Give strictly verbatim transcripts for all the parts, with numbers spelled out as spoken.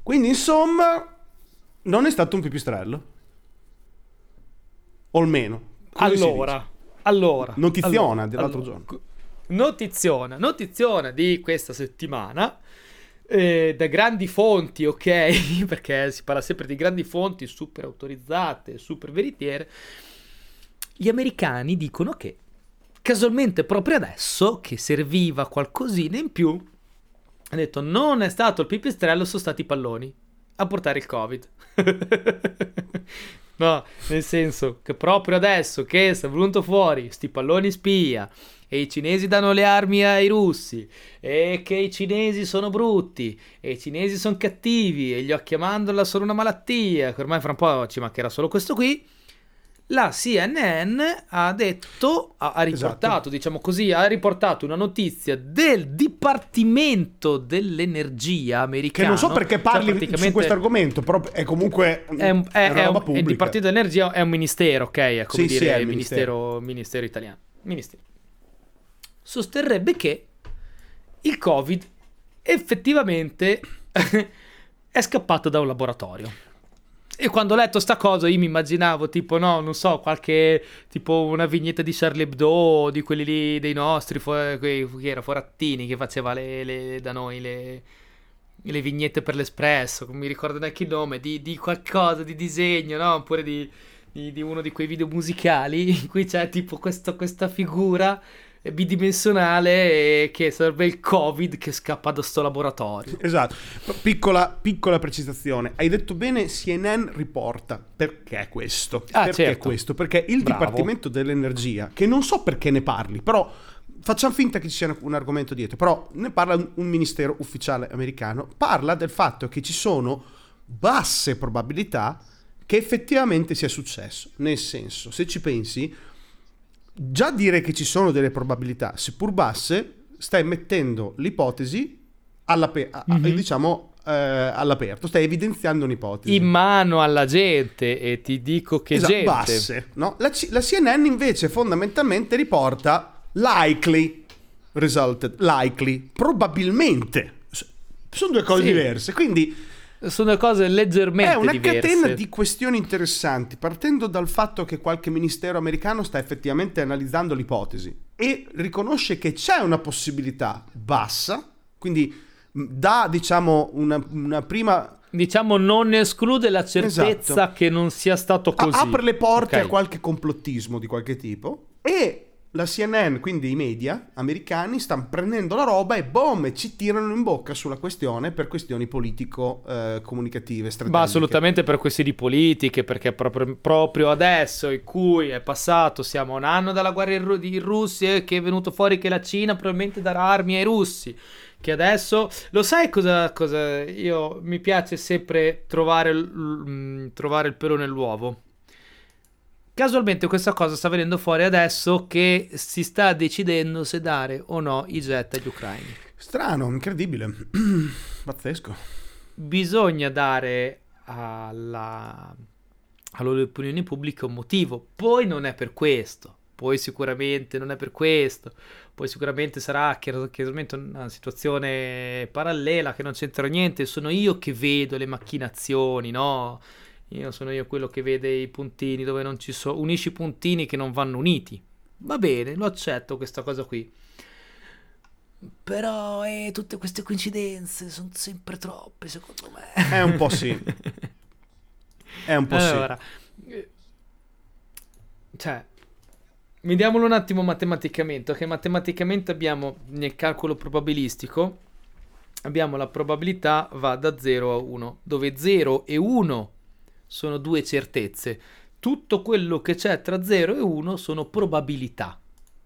Quindi insomma non è stato un pipistrello, o almeno così si Allora, dice. allora, Notiziona allora, dell'altro allora. giorno. Notiziona, notiziona di questa settimana, eh, da grandi fonti, ok? Perché si parla sempre di grandi fonti super autorizzate, super veritiere. Gli americani dicono che casualmente proprio adesso che serviva qualcosina in più, ha detto non è stato il pipistrello, sono stati i palloni a portare il Covid. No, nel senso che proprio adesso che sta venuto fuori sti palloni spia e i cinesi danno le armi ai russi e che i cinesi sono brutti e i cinesi sono cattivi e gli occhi a mandorla sono una malattia, che ormai fra un po' ci mancherà solo questo qui, la C N N ha detto, ha, ha riportato, Esatto. diciamo così, ha riportato una notizia del Dipartimento dell'Energia americano. Che non so perché parli cioè praticamente su questo argomento, però è comunque è, un, è, è una è roba un, pubblica. il Dipartimento dell'Energia è un ministero, ok? È come Sì, dire sì, è il ministero, ministero italiano. Ministero. Sosterrebbe che il Covid effettivamente è scappato da un laboratorio. E quando ho letto sta cosa io mi immaginavo tipo, no, non so, qualche, tipo una vignetta di Charlie Hebdo, di quelli lì dei nostri, fu- quei, che era Forattini che faceva le, le- da noi le, le vignette per l'Espresso, non mi ricordo neanche il nome, di, di qualcosa, di disegno, no? Oppure di, di, di uno di quei video musicali in cui c'è tipo questo, questa figura bidimensionale e che serve il Covid che scappa da sto laboratorio. Esatto. Piccola, piccola precisazione. Hai detto bene, C N N riporta. Perché questo? Ah, perché certo. questo? Perché il Bravo. Dipartimento dell'Energia, che non so perché ne parli, però facciamo finta che ci sia un argomento dietro, però ne parla un, un ministero ufficiale americano, parla del fatto che ci sono basse probabilità che effettivamente sia successo. Nel senso, se ci pensi, già dire che ci sono delle probabilità, seppur basse, stai mettendo l'ipotesi all'ape- a- a- Mhm. diciamo eh, all'aperto, stai evidenziando un'ipotesi. In mano alla gente, e ti dico che Esatto, gente. basse, no? La, C- la C N N invece fondamentalmente riporta likely resulted, likely, probabilmente. S- Sono due cose Sì. diverse, quindi Sono cose leggermente è una diverse. catena di questioni interessanti, partendo dal fatto che qualche ministero americano sta effettivamente analizzando l'ipotesi e riconosce che c'è una possibilità bassa, quindi mh, dà, diciamo, una, una prima... Diciamo non esclude la certezza Esatto. che non sia stato a- così. apre le porte Ok. a qualche complottismo di qualche tipo, e la C N N, quindi i media americani, stanno prendendo la roba e boom, e ci tirano in bocca sulla questione per questioni politico-comunicative, strategiche. Ma assolutamente per questioni politiche, perché proprio, proprio adesso in cui è passato, siamo a un anno dalla guerra in, Ru- in Russia, che è venuto fuori che la Cina probabilmente darà armi ai russi, che adesso, lo sai cosa, cosa io mi piace sempre trovare, l- mh, trovare il pelo nell'uovo. Casualmente questa cosa sta venendo fuori adesso che si sta decidendo se dare o no i jet agli ucraini. Strano, incredibile, pazzesco. Bisogna dare alla all'opinione pubblica un motivo, poi non è per questo, poi sicuramente non è per questo, poi sicuramente sarà chiar- chiaramente una situazione parallela che non c'entra niente, sono io che vedo le macchinazioni, no? Io sono io quello che vede i puntini dove non ci sono, unisci i puntini che non vanno uniti. Va bene, lo accetto questa cosa qui. Però eh, tutte queste coincidenze sono sempre troppe, secondo me. È un po' sì. È un po' Allora, eh, cioè, vediamolo un attimo matematicamente, ok? Matematicamente abbiamo nel calcolo probabilistico abbiamo la probabilità va da zero a uno, dove zero e uno sono due certezze. Tutto quello che c'è tra zero e uno sono probabilità.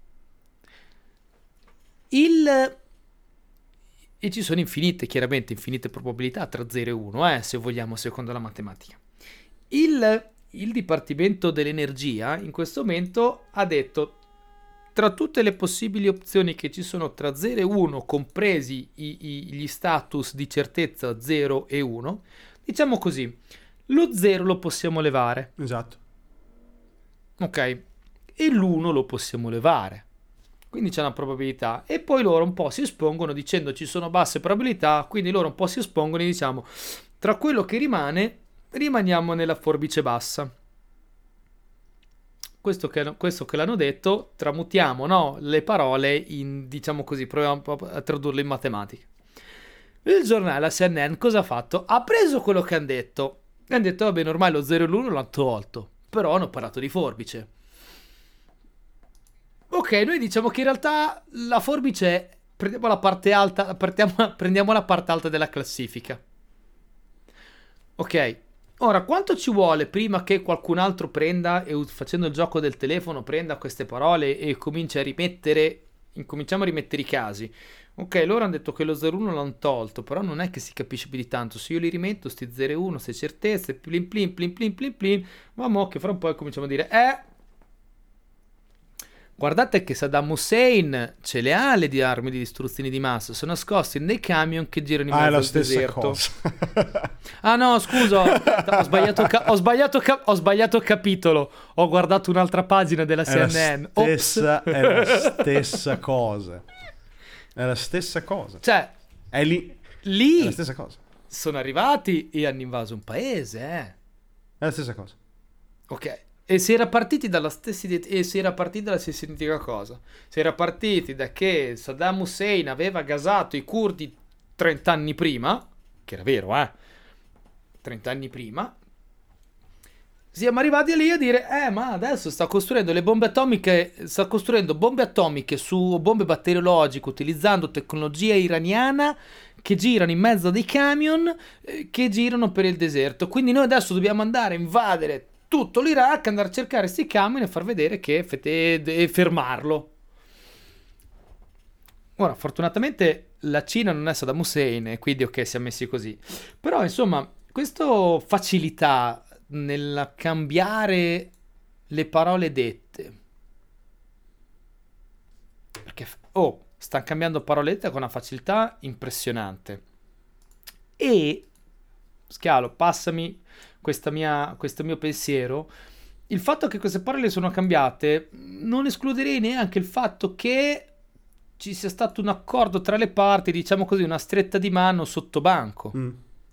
Il e ci sono infinite, chiaramente infinite probabilità tra zero e uno, eh, se vogliamo, secondo la matematica. Il, il Dipartimento dell'Energia in questo momento ha detto: tra tutte le possibili opzioni che ci sono tra zero e uno, compresi i, i, gli status di certezza zero e uno, diciamo così, lo zero lo possiamo levare, Esatto. ok? E l'uno lo possiamo levare. Quindi c'è una probabilità, e poi loro un po' si espongono dicendo ci sono basse probabilità, quindi loro un po' si espongono e diciamo tra quello che rimane, rimaniamo nella forbice bassa. Questo che, questo che l'hanno detto, tramutiamo, no, le parole in, diciamo così, proviamo a tradurle in matematica. Il giornale, la C N N, cosa ha fatto? Ha preso quello che hanno detto e hanno detto, vabbè, ormai lo zero e l'uno l'hanno tolto, però hanno parlato di forbice. Ok, noi diciamo che in realtà la forbice è, prendiamo la parte alta, partiamo, prendiamo la parte alta della classifica. Ok, ora quanto ci vuole prima che qualcun altro prenda e facendo il gioco del telefono prenda queste parole e cominci a rimettere, incominciamo a rimettere i casi. Ok, loro hanno detto che lo zero uno l'hanno tolto, però non è che si capisce più di tanto. Se io li rimetto, sti zero uno, se certezze, plin plin plin plin plin plin, ma mo che fra un po' cominciamo a dire, eh, guardate che Saddam Hussein ce le ha le di armi di distruzione di massa, sono nascosti nei camion che girano in Ah, mezzo è la al stessa deserto. cosa. Ah no, scusa, ho sbagliato, ca- ho, sbagliato ca- ho sbagliato capitolo, ho guardato un'altra pagina della È la C N N. stessa, è la stessa cosa. È la stessa cosa. Cioè, È lì. lì È la stessa cosa. sono arrivati e hanno invaso un paese, eh. È la stessa cosa. Ok. E si era partiti dalla stessa ide- e si era partiti dalla stessa identica cosa. Si era partiti da che Saddam Hussein aveva gasato i curdi trenta anni prima, che era vero, eh. trenta anni prima. Siamo arrivati lì a dire, eh, ma adesso sta costruendo le bombe atomiche, sta costruendo bombe atomiche su bombe batteriologiche utilizzando tecnologia iraniana che girano in mezzo a dei camion eh, che girano per il deserto. Quindi noi adesso dobbiamo andare a invadere tutto l'Iraq, andare a cercare questi camion e far vedere che effetti- e fermarlo. Ora, fortunatamente la Cina non è Saddam Hussein e quindi ok, si è messi così. Però insomma, questa facilità nel cambiare le parole dette, perché oh, stanno cambiando parole dette con una facilità impressionante. E Schialo, passami questa mia, questo mio pensiero. Il fatto che queste parole sono cambiate, non escluderei neanche il fatto che ci sia stato un accordo tra le parti, diciamo così, una stretta di mano sotto banco. Mm.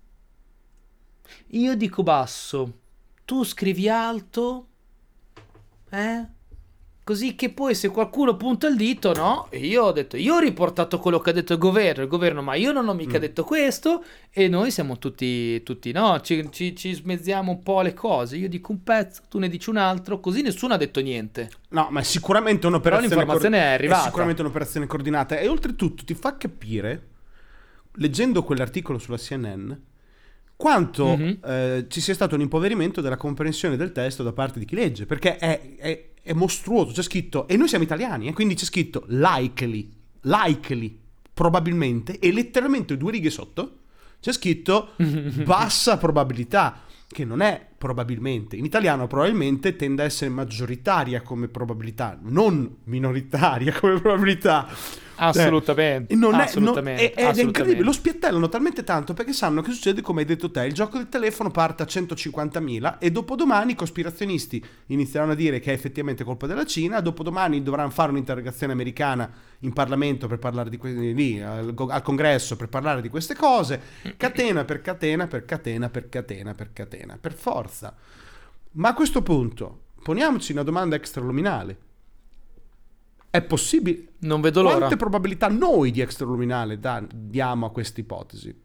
Io dico basso, tu scrivi alto, eh? Così che poi se qualcuno punta il dito, no? E io ho detto, io ho riportato quello che ha detto il governo, il governo, ma io non ho mica Mm. detto questo, e noi siamo tutti, tutti no? Ci, ci, ci smezziamo un po' le cose. Io dico un pezzo, tu ne dici un altro, così nessuno ha detto niente. No, ma è sicuramente un'operazione, Però l'informazione è arrivata. sicuramente un'operazione coordinata e oltretutto ti fa capire, leggendo quell'articolo sulla C N N, quanto Mhm. eh, ci sia stato un impoverimento della comprensione del testo da parte di chi legge, perché è, è- è mostruoso, c'è scritto, e noi siamo italiani, eh, quindi c'è scritto likely, likely, probabilmente, e letteralmente due righe sotto c'è scritto bassa probabilità, che non è probabilmente. In italiano probabilmente tende a essere maggioritaria come probabilità, non minoritaria come probabilità. Assolutamente, Eh, non è, assolutamente, non- è- ed è assolutamente. incredibile, lo spiattellano talmente tanto perché sanno che succede come hai detto te, il gioco del telefono parte a centocinquantamila e dopodomani i cospirazionisti inizieranno a dire che è effettivamente colpa della Cina, dopodomani dovranno fare un'interrogazione americana in Parlamento per parlare di que- lì, al, al congresso per parlare di queste cose, catena per catena per catena per catena per catena, per forza. Ma a questo punto poniamoci una domanda extraluminale. È possibile? Non vedo l'ora. Quante probabilità noi di extraluminale da- diamo a questa ipotesi?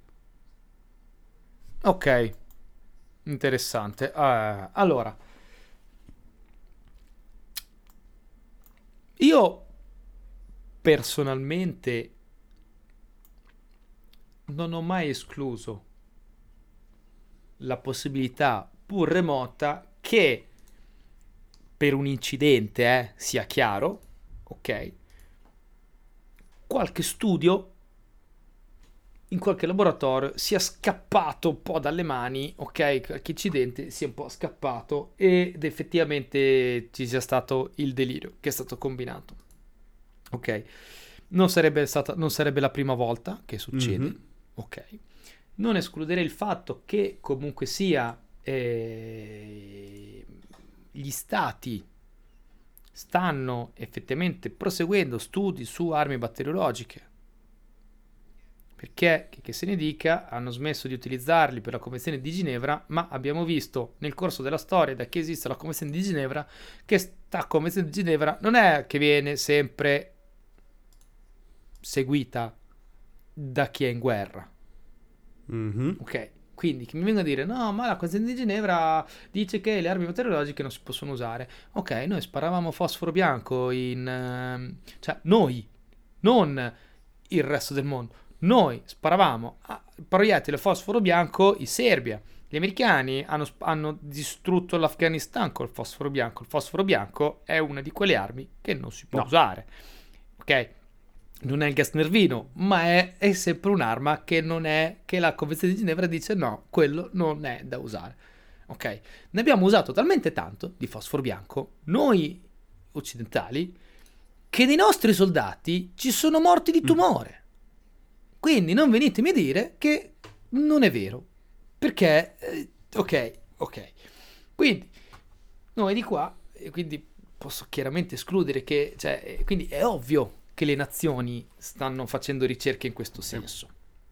Ok, interessante. Eh, allora, io personalmente non ho mai escluso la possibilità, pur remota, che per un incidente, eh, sia chiaro, ok, qualche studio in qualche laboratorio sia scappato un po' dalle mani, ok, qualche incidente sia un po' scappato ed effettivamente ci sia stato il delirio che è stato combinato, ok, non sarebbe stata, non sarebbe la prima volta che succede, Mhm. ok, non escludere il fatto che comunque sia eh, gli stati stanno effettivamente proseguendo studi su armi batteriologiche perché, che, che se ne dica, hanno smesso di utilizzarli per la Convenzione di Ginevra, ma abbiamo visto nel corso della storia, da che esiste la Convenzione di Ginevra, che sta Convenzione di Ginevra non è che viene sempre seguita da chi è in guerra. Mm-hmm. Ok, quindi che mi venga a dire no, ma la Convenzione di Ginevra dice che le armi batteriologiche non si possono usare. Ok, noi sparavamo fosforo bianco in ehm, cioè noi, non il resto del mondo, noi sparavamo a proiettili a fosforo bianco in Serbia. Gli americani hanno, hanno distrutto l'Afghanistan col fosforo bianco. Il fosforo bianco è una di quelle armi che non si può No. usare. Ok, non è il gas nervino, ma è, è sempre un'arma che non è, che la Convenzione di Ginevra dice no, quello non è da usare. Ok, ne abbiamo usato talmente tanto di fosforo bianco, noi occidentali, che dei nostri soldati ci sono morti di tumore. Quindi non venitemi a dire che non è vero, perché eh, ok, ok. Quindi noi di qua, e quindi posso chiaramente escludere che, cioè, eh, quindi è ovvio che le nazioni stanno facendo ricerche in questo senso.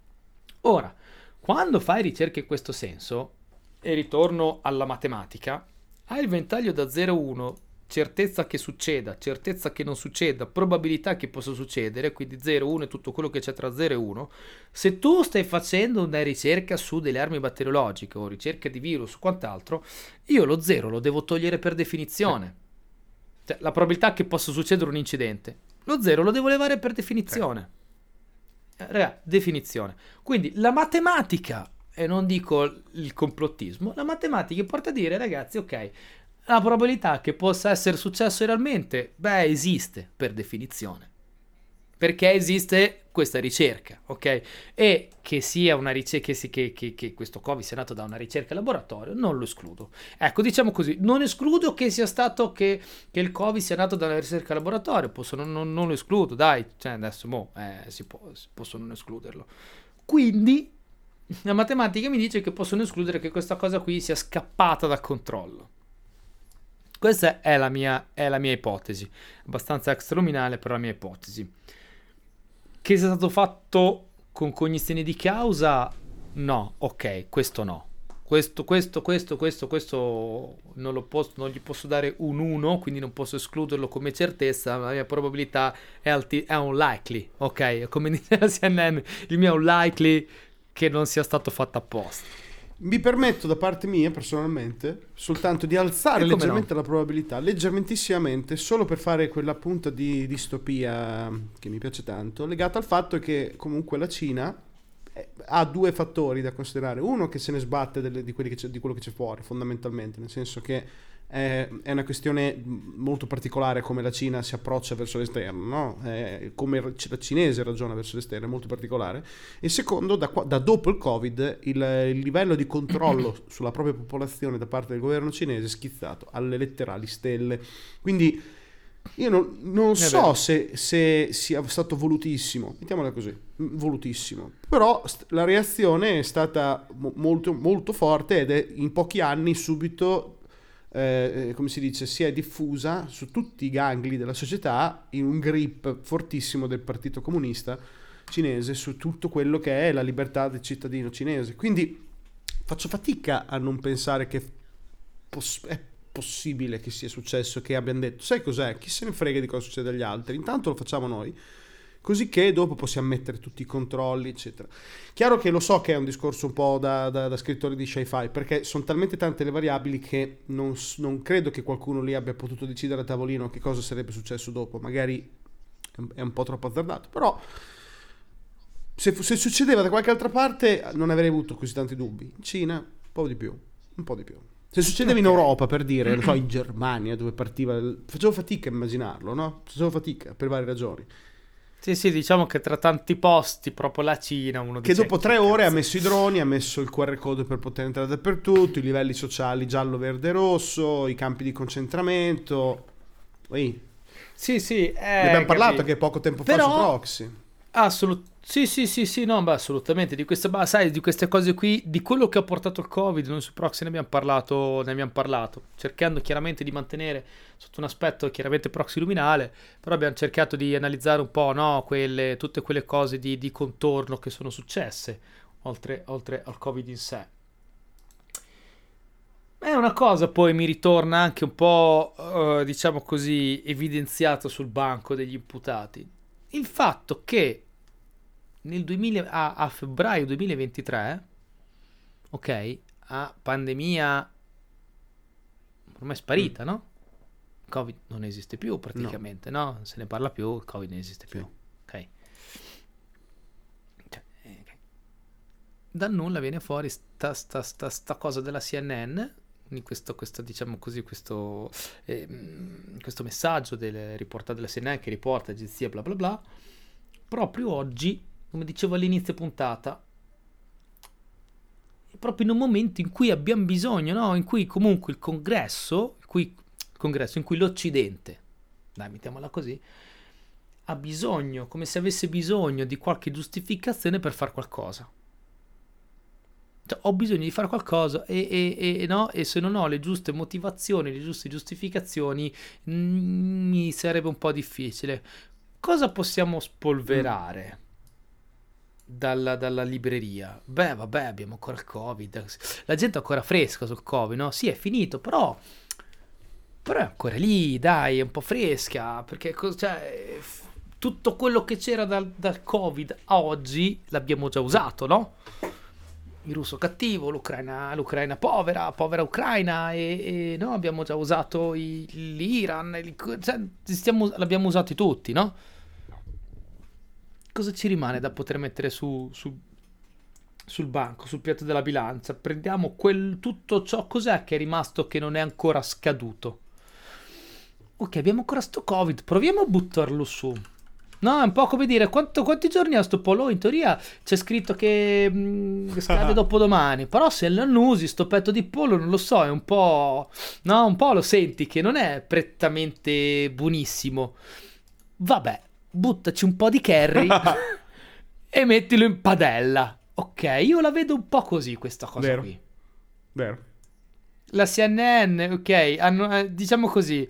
Ora, quando fai ricerche in questo senso, e ritorno alla matematica, hai il ventaglio da zero a uno, certezza che succeda, certezza che non succeda, probabilità che possa succedere, quindi zero, uno e tutto quello che c'è tra zero e uno. Se tu stai facendo una ricerca su delle armi batteriologiche o ricerca di virus o quant'altro, io lo zero lo devo togliere per definizione. Cioè, la probabilità che possa succedere un incidente, lo zero lo devo levare per definizione. Eh, raga, definizione. Quindi la matematica, e non dico il complottismo, la matematica porta a dire, ragazzi, ok, la probabilità che possa essere successo realmente, beh, esiste per definizione. Perché esiste questa ricerca, ok? E che sia una ricerca, che, che, che, che questo Covid sia nato da una ricerca in laboratorio, non lo escludo. Ecco, diciamo così, non escludo che sia stato che, che il Covid sia nato da una ricerca in laboratorio, posso, non, non, non lo escludo, dai, cioè adesso mo, eh, si può, si posso non escluderlo. Quindi la matematica mi dice che possono escludere che questa cosa qui sia scappata dal controllo. Questa è la mia, è la mia ipotesi, abbastanza extraluminale, però la mia ipotesi. Che sia stato fatto con cognizione di causa? No, ok, questo no. Questo, questo, questo, questo, questo non, lo posso, non gli posso dare un uno, quindi non posso escluderlo come certezza, la mia probabilità è, alti, è un likely, ok? Come dice la C N N, il mio è un likely che non sia stato fatto apposta. Mi permetto da parte mia personalmente soltanto di alzare E come leggermente no? la probabilità, leggermentissimamente, solo per fare quella punta di distopia che mi piace tanto, legata al fatto che comunque la Cina eh, ha due fattori da considerare. Uno, che se ne sbatte delle, di, quelli che c'è, di quello che c'è fuori, fondamentalmente, nel senso che è, è una questione molto particolare come la Cina si approccia verso l'esterno, no? È come la cinese ragiona verso l'esterno, è molto particolare. E secondo, da, qua, da dopo il Covid, il, il livello di controllo sulla propria popolazione da parte del governo cinese è schizzato alle letterali stelle. Quindi io non, non so se, se sia stato volutissimo, mettiamola così, volutissimo, però st- la reazione è stata mo- molto, molto forte ed è in pochi anni subito, eh, come si dice, si è diffusa su tutti i gangli della società in un grip fortissimo del Partito Comunista cinese su tutto quello che è la libertà del cittadino cinese. Quindi faccio fatica a non pensare che poss- è possibile che sia successo, che abbiano detto sai cos'è, chi se ne frega di cosa succede agli altri, intanto lo facciamo noi, così che dopo possiamo mettere tutti i controlli eccetera. Chiaro che lo so che è un discorso un po' da, da, da scrittore di sci-fi, perché sono talmente tante le variabili che non, non credo che qualcuno lì abbia potuto decidere a tavolino che cosa sarebbe successo dopo. Magari è un po' troppo azzardato, però se, se succedeva da qualche altra parte non avrei avuto così tanti dubbi. In Cina un po' di più, un po' di più. Se succedeva okay. in Europa, per dire, non so, in Germania, dove partiva, facevo fatica a immaginarlo, no? Facevo fatica per varie ragioni. Sì, sì, diciamo che tra tanti posti, proprio la Cina, uno che dice, dopo tre ore ha messo i droni, ha messo il Q R code per poter entrare dappertutto, i livelli sociali giallo, verde, rosso, i campi di concentramento. Ui. Sì, sì. Eh, ne abbiamo parlato capito. che poco tempo Però, fa su Proxy. Assolut- sì, sì, sì, sì, no, beh, assolutamente. Di queste, bah, sai, di queste cose qui, di quello che ha portato il Covid, noi su Proxy ne abbiamo parlato, ne abbiamo parlato, cercando chiaramente di mantenere sotto un aspetto chiaramente proxy luminale, però abbiamo cercato di analizzare un po', no, quelle, tutte quelle cose di, di contorno che sono successe, oltre, oltre al Covid in sé. È una cosa poi mi ritorna anche un po', eh, diciamo così, evidenziato sul banco degli imputati. Il fatto che nel duemila, a, a febbraio duemilaventitré, ok, a pandemia ormai sparita, no? Il Covid non esiste più praticamente, no? Non se ne parla più, il Covid non esiste più, Sì. ok? Cioè, eh, ok. Dal nulla viene fuori sta, sta, sta, sta cosa della C N N, quindi questo, questo diciamo così, questo, eh, questo messaggio del riportato della C N N che riporta agenzia bla bla bla, proprio oggi, come dicevo all'inizio puntata, proprio in un momento in cui abbiamo bisogno, no? In cui comunque il congresso, in cui, il congresso, in cui l'Occidente, dai, mettiamola così, ha bisogno, come se avesse bisogno di qualche giustificazione per fare qualcosa. Cioè, ho bisogno di fare qualcosa e, e, e, no? E se non ho le giuste motivazioni, le giuste giustificazioni, mm, mi sarebbe un po' difficile. Cosa possiamo spolverare? Mm. Dalla, dalla libreria? Beh, vabbè, abbiamo ancora il Covid. La gente è ancora fresca sul Covid, no? Sì, è finito, però però è ancora lì, dai, è un po' fresca, perché cioè, tutto quello che c'era dal, dal Covid a oggi l'abbiamo già usato, no? Il russo cattivo, l'Ucraina, l'Ucraina povera, povera Ucraina, e, e no, abbiamo già usato i, l'Iran, il, cioè, stiamo, l'abbiamo usati tutti, no? Cosa ci rimane da poter mettere su, su, sul banco, sul piatto della bilancia? Prendiamo quel, tutto ciò, cos'è che è rimasto che non è ancora scaduto? Ok, abbiamo ancora sto Covid, proviamo a buttarlo su. No, è un po' come dire, quanto, quanti giorni ha sto pollo? In teoria c'è scritto che mh, scade dopodomani, però se lo annusi sto petto di pollo, non lo so, è un po'... No, un po' lo senti che non è prettamente buonissimo. Vabbè, buttaci un po' di curry e mettilo in padella. Ok, io la vedo un po' così questa cosa Vero. qui. Vero. La C N N, ok, hanno, eh, diciamo così,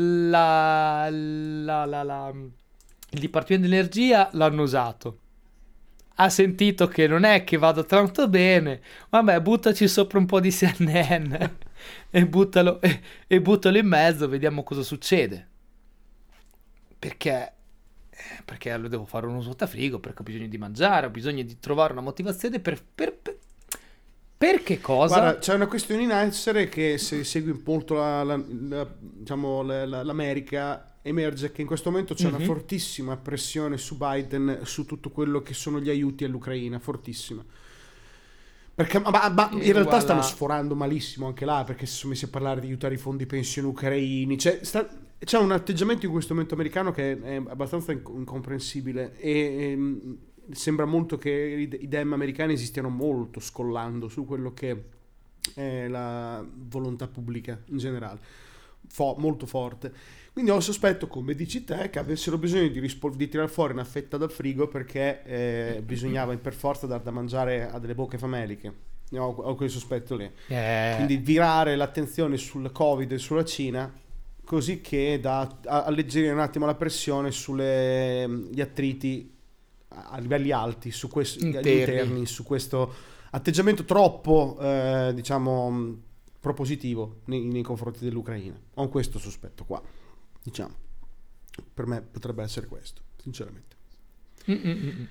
la, la, la, la, il Dipartimento di Energia l'hanno usato. Ha sentito che non è che vada tanto bene, vabbè, buttaci sopra un po' di C N N e, buttalo, e, e buttalo in mezzo, vediamo cosa succede. Perché... perché lo devo fare uno svuotafrigo, perché ho bisogno di mangiare, ho bisogno di trovare una motivazione per... per, per Per che cosa? Guarda, c'è una questione in essere che se segui molto la, la, la, diciamo, la, la, l'America, emerge che in questo momento c'è mm-hmm. una fortissima pressione su Biden su tutto quello che sono gli aiuti all'Ucraina, fortissima. Perché ma, ma in realtà voilà. stanno sforando malissimo anche là, perché si sono messi a parlare di aiutare i fondi pensione ucraini. Cioè, sta, c'è un atteggiamento in questo momento americano che è abbastanza incomprensibile e... e sembra molto che i Dem americani si stiano molto scollando su quello che è la volontà pubblica in generale, Fo- molto forte. Quindi ho il sospetto, come dici te, che avessero bisogno di, rispo- di tirare fuori una fetta dal frigo perché eh, bisognava per forza dar da mangiare a delle bocche fameliche. Ho, ho quel sospetto lì. Eh. Quindi virare l'attenzione sul Covid e sulla Cina, così che da alleggerire un attimo la pressione sugli attriti a livelli alti su questo, interni. interni su questo atteggiamento troppo eh, diciamo propositivo nei, nei confronti dell'Ucraina. Ho questo sospetto qua, diciamo, per me potrebbe essere questo, sinceramente. Mm-mm.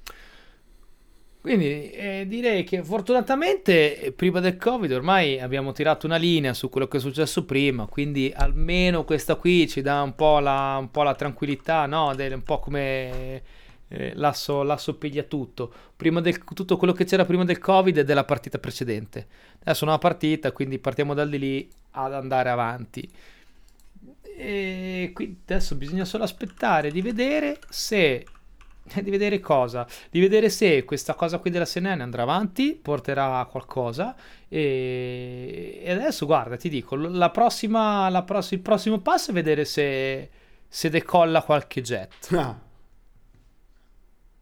Quindi eh, direi che fortunatamente prima del Covid ormai abbiamo tirato una linea su quello che è successo prima, quindi almeno questa qui ci dà un po' la, un po' la tranquillità, no? Del, un po' come eh, l'asso, l'asso piglia tutto. Prima del, tutto quello che c'era prima del Covid e della partita precedente. Adesso è una partita, quindi partiamo da lì ad andare avanti. E quindi adesso bisogna solo aspettare di vedere se... di vedere cosa? Di vedere se questa cosa qui della C N N andrà avanti, porterà a qualcosa e, e adesso guarda, ti dico, la prossima, la pross- il prossimo passo è vedere se, se decolla qualche jet. Ah.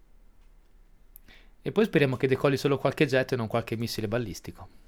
E poi speriamo che decolli solo qualche jet e non qualche missile ballistico.